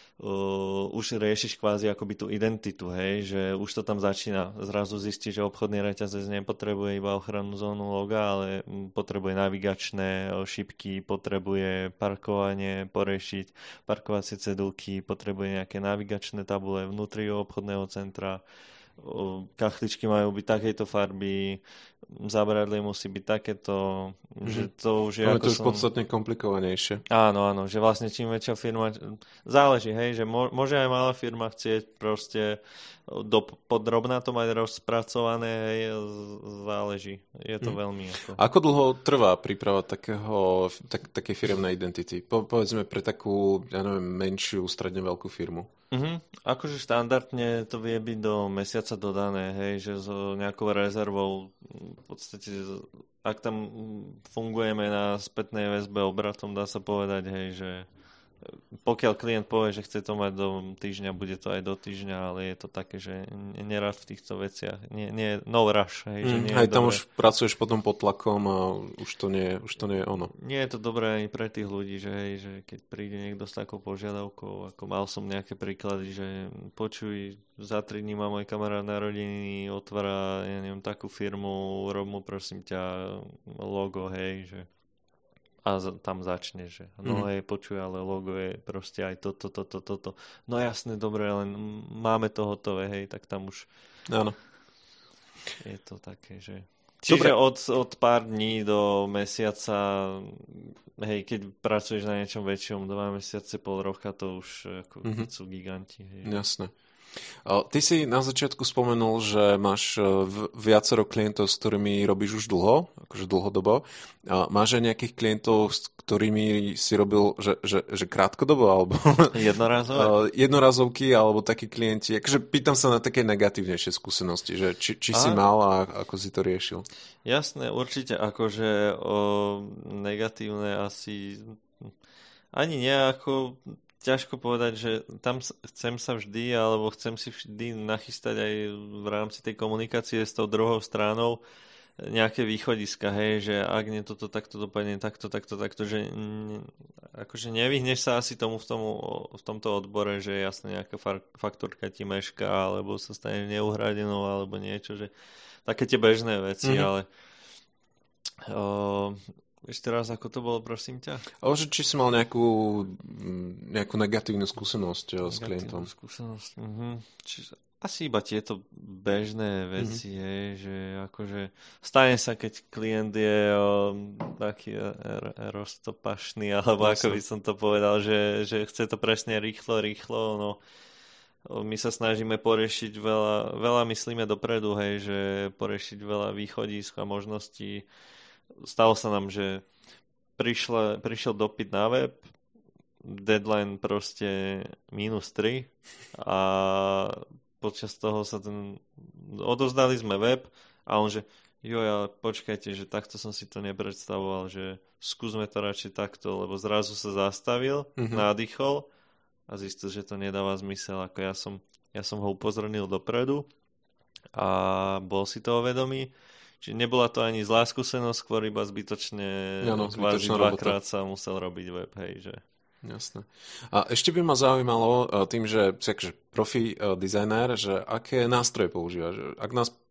Speaker 2: už riešiš kvázi akoby tú identitu, hej, že už to tam začína. Zrazu zistíš, že obchodný reťazec nepotrebuje iba ochrannú zónu loga, ale potrebuje navigačné šipky, potrebuje parkovanie poriešiť, parkovacie cedulky, potrebuje nejaké navigačné tabule vnútri obchodného centra, kachličky majú byť takejto farby, zábradlie musí byť takéto, že to už je
Speaker 1: ale
Speaker 2: ako
Speaker 1: to už podstatne komplikovanejšie.
Speaker 2: Áno, že vlastne čím väčšia firma, záleží, hej, že môže aj malá firma chcieť proste podrobná to mať rozpracované, hej, záleží. Je to veľmi ako...
Speaker 1: Ako dlho trvá príprava takej firemnej identity? Povedzme pre takú, ja neviem, menšiu, stredne veľkú firmu.
Speaker 2: Akože štandardne to vie byť do mesiaca dodané, hej, že s nejakou rezervou v podstate, ak tam fungujeme na spätnej väzbe obratom, dá sa povedať, hej, že pokiaľ klient povie, že chce to mať do týždňa, bude to aj do týždňa, ale je to také, že nerad v týchto veciach. Nie, no rush. Hej, že nie
Speaker 1: aj tam
Speaker 2: dobré.
Speaker 1: Už pracuješ potom pod tlakom a už to nie je ono.
Speaker 2: Nie je to dobré ani pre tých ľudí, že, hej, že keď príde niekto s takou požiadavkou, ako mal som nejaké príklady, že počuj, za 3 dní má môj kamarát narodeniny, otvára, ja neviem, takú firmu, rob mu prosím ťa logo, hej, že a tam začne, že no hej, počuj, ale logo je proste aj toto. No jasne, dobre, len máme to hotové, hej, tak tam už
Speaker 1: áno.
Speaker 2: Je to také, že... Čiže od pár dní do mesiaca, hej, keď pracuješ na niečom väčšom, 2 mesiace, pol roka, to už ako sú giganti. Hej.
Speaker 1: Jasné. Ty si na začiatku spomenul, že máš viacero klientov, s ktorými robíš už dlho, akože dlhodobo. Máš aj nejakých klientov, s ktorými si robil, že krátkodobo, alebo jednorazovky, alebo takí klienti. Akože pýtam sa na také negatívnejšie skúsenosti, že či si mal a ako si to riešil.
Speaker 2: Jasné, určite, akože negatívne asi ani nejako... Ťažko povedať, že tam chcem sa vždy, alebo chcem si vždy nachystať aj v rámci tej komunikácie s tou druhou stranou nejaké východiska, hej, že ak nie toto takto dopadne, takto, že akože nevyhneš sa asi tomu v tomto odbore, že jasne nejaká faktúrka ti mešká, alebo sa stane neuhradenou, alebo niečo, že také tie bežné veci, ale ešte raz, ako to bolo, prosím ťa?
Speaker 1: Ale že či si mal nejakú negatívnu skúsenosť s klientom?
Speaker 2: Skúsenosť, asi iba tieto bežné veci, že akože stane sa, keď klient je taký roztopašný, alebo ako by som to povedal, že chce to presne rýchlo, no my sa snažíme poriešiť veľa myslíme dopredu, hej, že poriešiť veľa východísk a možností. Stalo sa nám, že prišiel dopyt na web, deadline proste -3 a počas toho sa odovzdali sme web a on že ale počkajte, že takto som si to nepredstavoval, že skúsme to radšej takto, lebo zrazu sa zastavil, nádychol a zistil, že to nedáva zmysel, ako ja som ho upozornil dopredu a bol si toho vedomý. Čiže nebola to ani zlá skúsenosť, skôr iba zbytočne kvázi dvakrát sa musel robiť web, hej, že...
Speaker 1: Jasné. A ešte by ma zaujímalo tým, že si akože profi dizajner, že aké nástroje používaš? Ak nás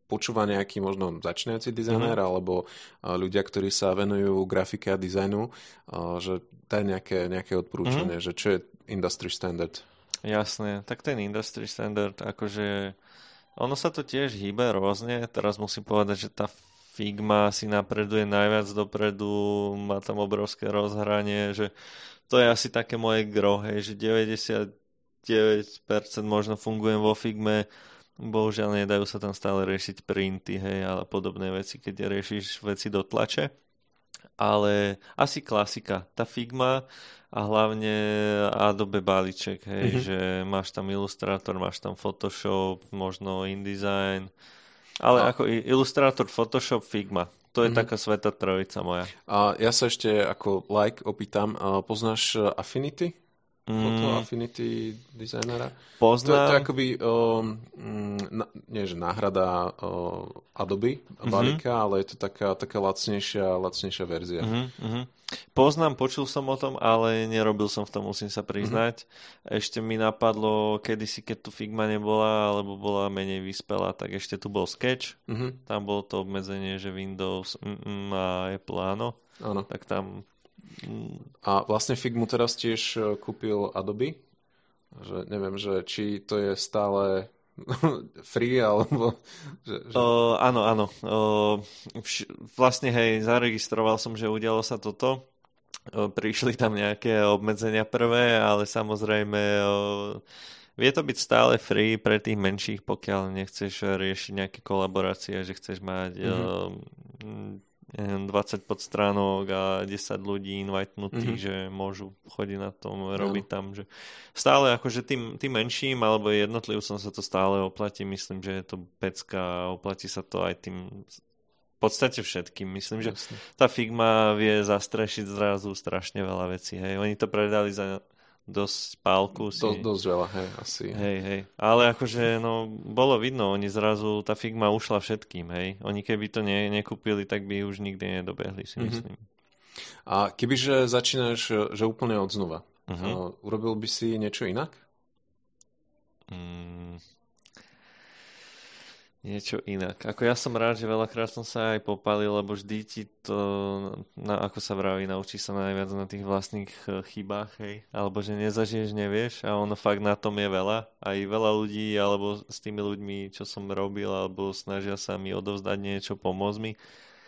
Speaker 1: počúva nejaký možno začínajúci dizajner alebo ľudia, ktorí sa venujú grafike a dizajnu, že daj nejaké odporúčanie, že čo je industry standard?
Speaker 2: Jasné, tak ten industry standard, akože ono sa to tiež hýbe rôzne. Teraz musím povedať, že tá Figma si napreduje najviac dopredu, má tam obrovské rozhranie, že to je asi také moje gro, hej, že 99% možno fungujem vo Figme. Bohužiaľ nedajú sa tam stále riešiť printy, hej, ale podobné veci, keď riešiš veci do tlače. Ale asi klasika. Tá Figma a hlavne Adobe balíček, hej, že máš tam Illustrator, máš tam Photoshop, možno InDesign, ale ako Illustrator, Photoshop, Figma. To je taká svätá trojica moja.
Speaker 1: A ja sa ešte ako opýtam, poznáš Affinity? Photo Affinity designera?
Speaker 2: Poznám.
Speaker 1: To je akoby, nie že náhrada Adobe balíka, ale je to taká lacnejšia verzia.
Speaker 2: Poznám, počul som o tom, ale nerobil som v tom, musím sa priznať. Ešte mi napadlo kedysi, keď tu Figma nebola, alebo bola menej vyspelá, tak ešte tu bol Sketch. Tam bolo to obmedzenie, že Windows a Apple áno. Tak tam...
Speaker 1: A vlastne Figmu teraz tiež kúpil Adobe. Že neviem, že či to je stále free, alebo...
Speaker 2: Áno. Vlastne, hej, zaregistroval som, že udialo sa toto. Prišli tam nejaké obmedzenia prvé, ale samozrejme vie to byť stále free pre tých menších, pokiaľ nechceš riešiť nejaké kolaborácie, že chceš mať 20 podstránok a 10 ľudí invitenutých, že môžu chodiť na tom, robiť tam, že stále akože tým menším alebo jednotlivcom sa to stále oplatí, myslím, že je to pecka a oplatí sa to aj tým v podstate všetkým. Myslím, že tá Figma vie zastrešiť zrazu strašne veľa vecí, hej. Oni to predali za dosť pálku.
Speaker 1: Dosť veľa, hej, asi.
Speaker 2: Hej. Ale akože, no, bolo vidno, oni zrazu, tá Figma ušla všetkým, hej. Oni keby to nekúpili, tak by už nikdy nedobehli, si myslím.
Speaker 1: A kebyže začínaš, že úplne od znova, urobil by si niečo inak?
Speaker 2: Niečo inak. Ako ja som rád, že veľakrát som sa aj popálil, lebo vždy ti to, ako sa vraví, naučí sa najviac na tých vlastných chybách, hej. Alebo že nezažiješ, nevieš a ono fakt na tom je veľa. Aj veľa ľudí, alebo s tými ľuďmi, čo som robil, alebo snažia sa mi odovzdať niečo, pomôcť mi.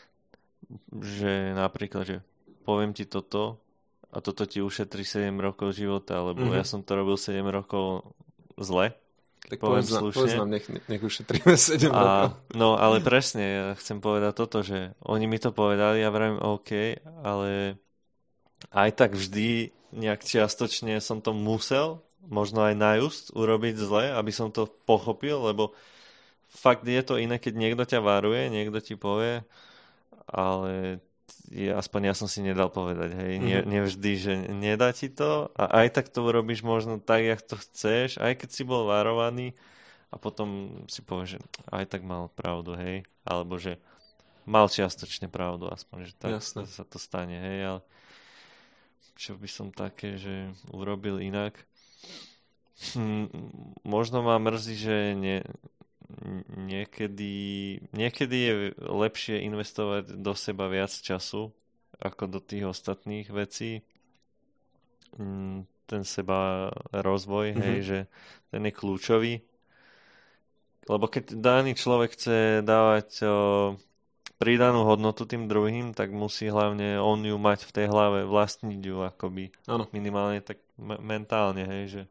Speaker 2: Že napríklad, že poviem ti toto a toto ti ušetrí 7 rokov života, lebo ja som to robil 7 rokov zle.
Speaker 1: Tak povedz nám, nech ušetríme 7 rokov.
Speaker 2: No, ale presne, ja chcem povedať toto, že oni mi to povedali, ja vravím OK, ale aj tak vždy nejak čiastočne som to musel, možno aj najúst, urobiť zle, aby som to pochopil, lebo fakt je to iné, keď niekto ťa varuje, niekto ti povie, ale aspoň ja som si nedal povedať, hej, nevždy, že nedá ti to a aj tak to urobíš možno tak, jak to chceš, aj keď si bol varovaný a potom si povieš, že aj tak mal pravdu, hej, alebo že mal čiastočne pravdu, aspoň, že tak sa to stane, hej, ale čo by som také, že urobil inak? Možno ma mrzí, že niekedy je lepšie investovať do seba viac času ako do tých ostatných vecí. Ten seba rozvoj, hej, že ten je kľúčový. Lebo keď daný človek chce dávať pridanú hodnotu tým druhým, tak musí hlavne on ju mať v tej hlave, vlastniť ju akoby. Minimálne tak mentálne, hej, že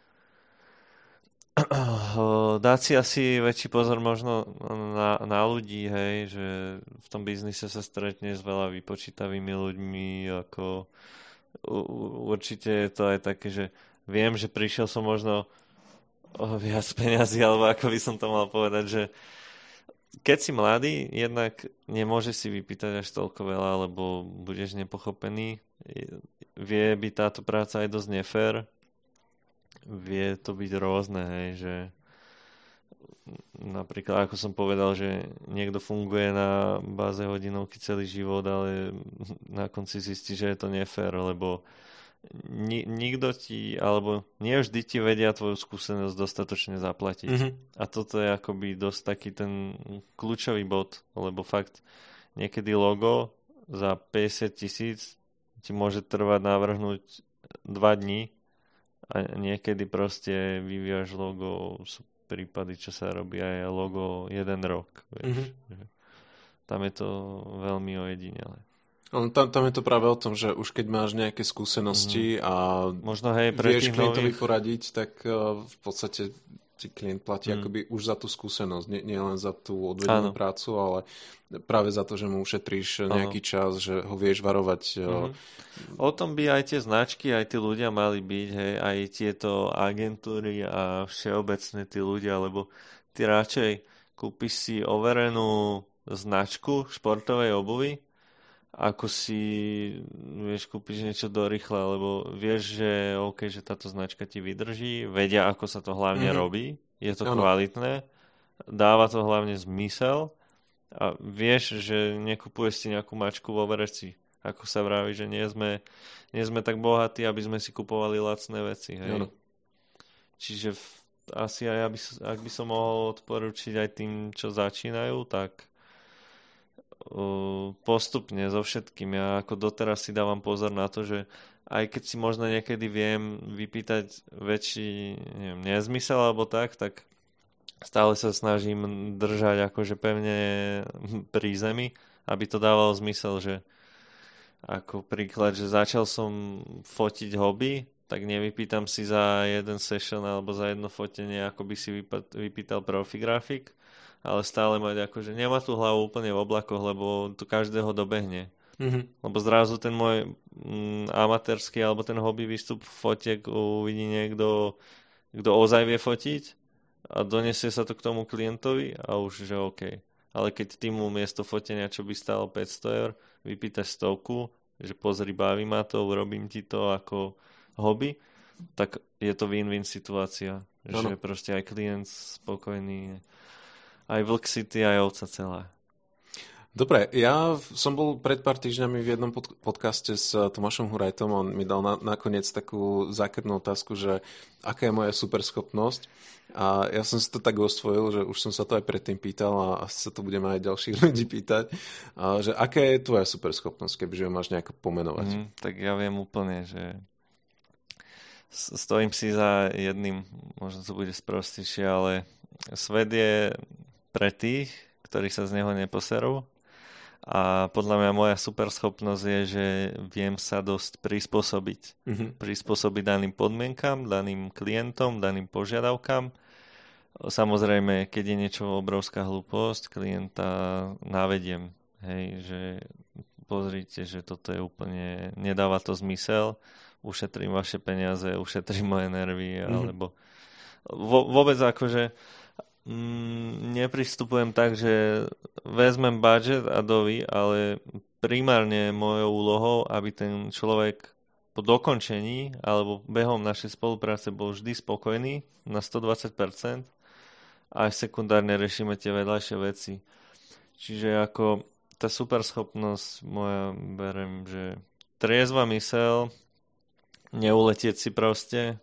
Speaker 2: dať si asi väčší pozor možno na ľudí, hej, že v tom biznise sa stretne s veľa vypočítavými ľuďmi, ako určite je to aj také, že viem, že prišiel som možno o viac peňazí, alebo ako by som to mal povedať, že keď si mladý, jednak nemôžeš si vypýtať až toľko veľa, lebo budeš nepochopený. Vie byť táto práca aj dosť nefér. Vie to byť rôzne, hej, že napríklad, ako som povedal, že niekto funguje na báze hodinovky celý život, ale na konci zistí, že je to nefér, lebo nikto ti, alebo nie vždy ti vedia tvoju skúsenosť dostatočne zaplatiť. A toto je akoby dosť taký ten kľúčový bod, lebo fakt niekedy logo za 50 000 ti môže trvať navrhnúť 2 dní a niekedy proste vyvíjaš logo, sú prípady, čo sa robí aj logo 1 rok. Vieš. Tam je to veľmi ojedinelé.
Speaker 1: Tam je to práve o tom, že už keď máš nejaké skúsenosti a
Speaker 2: možno, hej,
Speaker 1: vieš klientovi poradiť, tak v podstate ti klient platí akoby už za tú skúsenosť, nie len za tú odvedenú prácu, ale práve za to, že mu ušetríš nejaký čas, že ho vieš varovať.
Speaker 2: O tom by aj tie značky, aj tí ľudia mali byť, hej, aj tieto agentúry a všeobecne tí ľudia, lebo ty radšej kúpiš si overenú značku športovej obuvy, ako si vieš kúpiť niečo do rýchla, lebo vieš, že OK, že táto značka ti vydrží, vedia, ako sa to hlavne robí, je to kvalitné, dáva to hlavne zmysel a vieš, že nekupuješ si nejakú mačku vo vereci, ako sa vraví, že nie sme tak bohatí, aby sme si kupovali lacné veci. Hej? Čiže asi aj, ak by som mohol odporučiť aj tým, čo začínajú, tak postupne so všetkým. Ja ako doteraz si dávam pozor na to, že aj keď si možno niekedy viem vypýtať väčší nezmysel alebo tak stále sa snažím držať akože pevne pri zemi, aby to dávalo zmysel, že ako príklad, že začal som fotiť hobby, tak nevypýtam si za jeden session alebo za jedno fotenie, ako by si vypýtal profi grafik, ale stále mať akože nemá tú hlavu úplne v oblakoch, lebo to každého dobehne. Lebo zrazu ten môj amatérsky alebo ten hobby výstup fotiek uvidí niekto, kto ozaj vie fotiť a donesie sa to k tomu klientovi a už, že OK. Ale keď ty mu miesto fotenia, čo by stálo 500 €, vypýtaš 100, že pozri, baví ma to, urobím ti to ako hobby, tak je to win-win situácia. Že proste aj klient spokojný, aj Vlk City, aj ovca celá.
Speaker 1: Dobre, ja som bol pred pár týždňami v jednom podcaste s Tomášom Hurajtom, on mi dal nakoniec takú zákernú otázku, že aká je moja superschopnosť. A ja som si to tak osvojil, že už som sa to aj predtým pýtal a asi sa to budeme aj ďalších ľudí pýtať, že aká je tvoja superschopnosť, kebyže ju máš nejako pomenovať?
Speaker 2: Tak ja viem úplne, že stojím si za jedným, možno to bude sprostejšie, ale svet je pre tých, ktorí sa z neho neposerú. A podľa mňa moja superschopnosť je, že viem sa dosť prispôsobiť. Prispôsobiť daným podmienkam, daným klientom, daným požiadavkám. Samozrejme, keď je niečo obrovská hlúposť, klienta navediem. Hej, že pozrite, že toto je úplne, nedáva to zmysel, ušetrím vaše peniaze, ušetrím moje nervy, alebo vôbec akože nepristupujem tak, že vezmem budget a ale primárne mojou úlohou, aby ten človek po dokončení alebo behom našej spolupráce bol vždy spokojný na 120% a aj sekundárne riešime tie vedľajšie veci. Čiže ako tá superschopnosť moja, berem, že triezva myseľ, neuletieť si proste,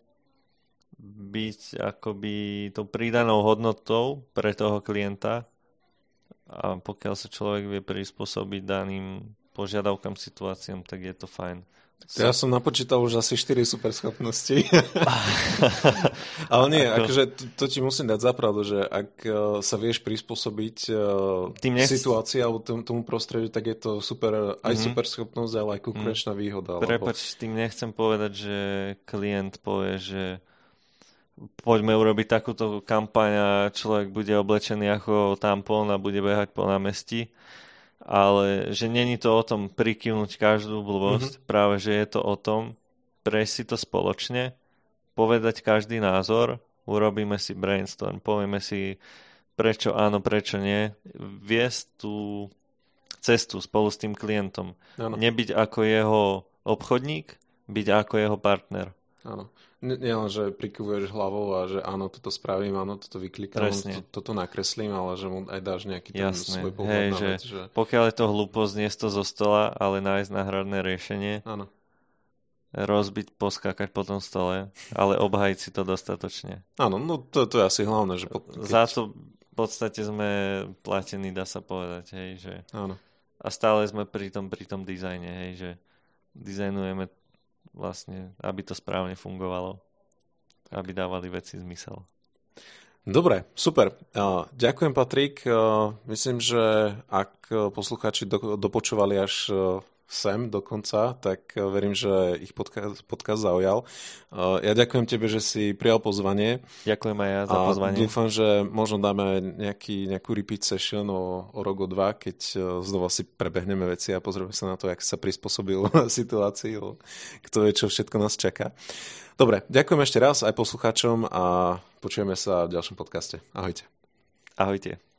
Speaker 2: byť akoby tou pridanou hodnotou pre toho klienta a pokiaľ sa človek vie prispôsobiť daným požiadavkám, situáciám, tak je to fajn.
Speaker 1: Ja som napočítal už asi 4 superschopnosti. Ale nie, akože to ti musím dať za pravdu, že ak sa vieš prispôsobiť situácii alebo tomu prostrediu, tak je to super, aj superschopnosť, ale aj konkurenčná výhoda.
Speaker 2: Prepáč, tým nechcem povedať, že klient povie, že poďme urobiť takúto kampaň a človek bude oblečený ako tampón a bude behať po námestí. Ale že není to o tom prikyvnúť každú blbosť, práve že je to o tom prejsť si to spoločne, povedať každý názor, urobíme si brainstorm, povieme si prečo áno, prečo nie, viesť tú cestu spolu s tým klientom. Ano. Nebyť ako jeho obchodník, byť ako jeho partner.
Speaker 1: Áno. Nie len, že prikyvuješ hlavou a že áno, toto spravím, áno, toto vyklikám, toto nakreslím, ale že mu aj dáš nejaký ten svoj pohľad na vec. Že...
Speaker 2: Pokiaľ je to hlúposť, nie je to zo stola, ale nájsť náhradné riešenie.
Speaker 1: Áno.
Speaker 2: rozbiť, poskákať po tom stole, ale obhajiť si to dostatočne.
Speaker 1: Áno, no to je asi hlavné, že...
Speaker 2: Za to v podstate sme platení, dá sa povedať, hej, že...
Speaker 1: Áno.
Speaker 2: A stále sme pri tom dizajne, hej, že dizajnujeme vlastne, aby to správne fungovalo, aby dávali veci zmysel.
Speaker 1: Dobre, super. Ďakujem, Patrik. Myslím, že ak poslucháči dopočúvali až sem dokonca, tak verím, že ich podcast zaujal. Ja ďakujem tebe, že si prijal pozvanie.
Speaker 2: Ďakujem aj ja za pozvanie.
Speaker 1: A dúfam, že možno dáme nejakú repeat session o rok, o dva, keď znova si prebehneme veci a pozrieme sa na to, jak sa prispôsobil situácii, kto vie, čo všetko nás čaká. Dobre, ďakujem ešte raz aj poslucháčom a počujeme sa v ďalšom podcaste. Ahojte.
Speaker 2: Ahojte.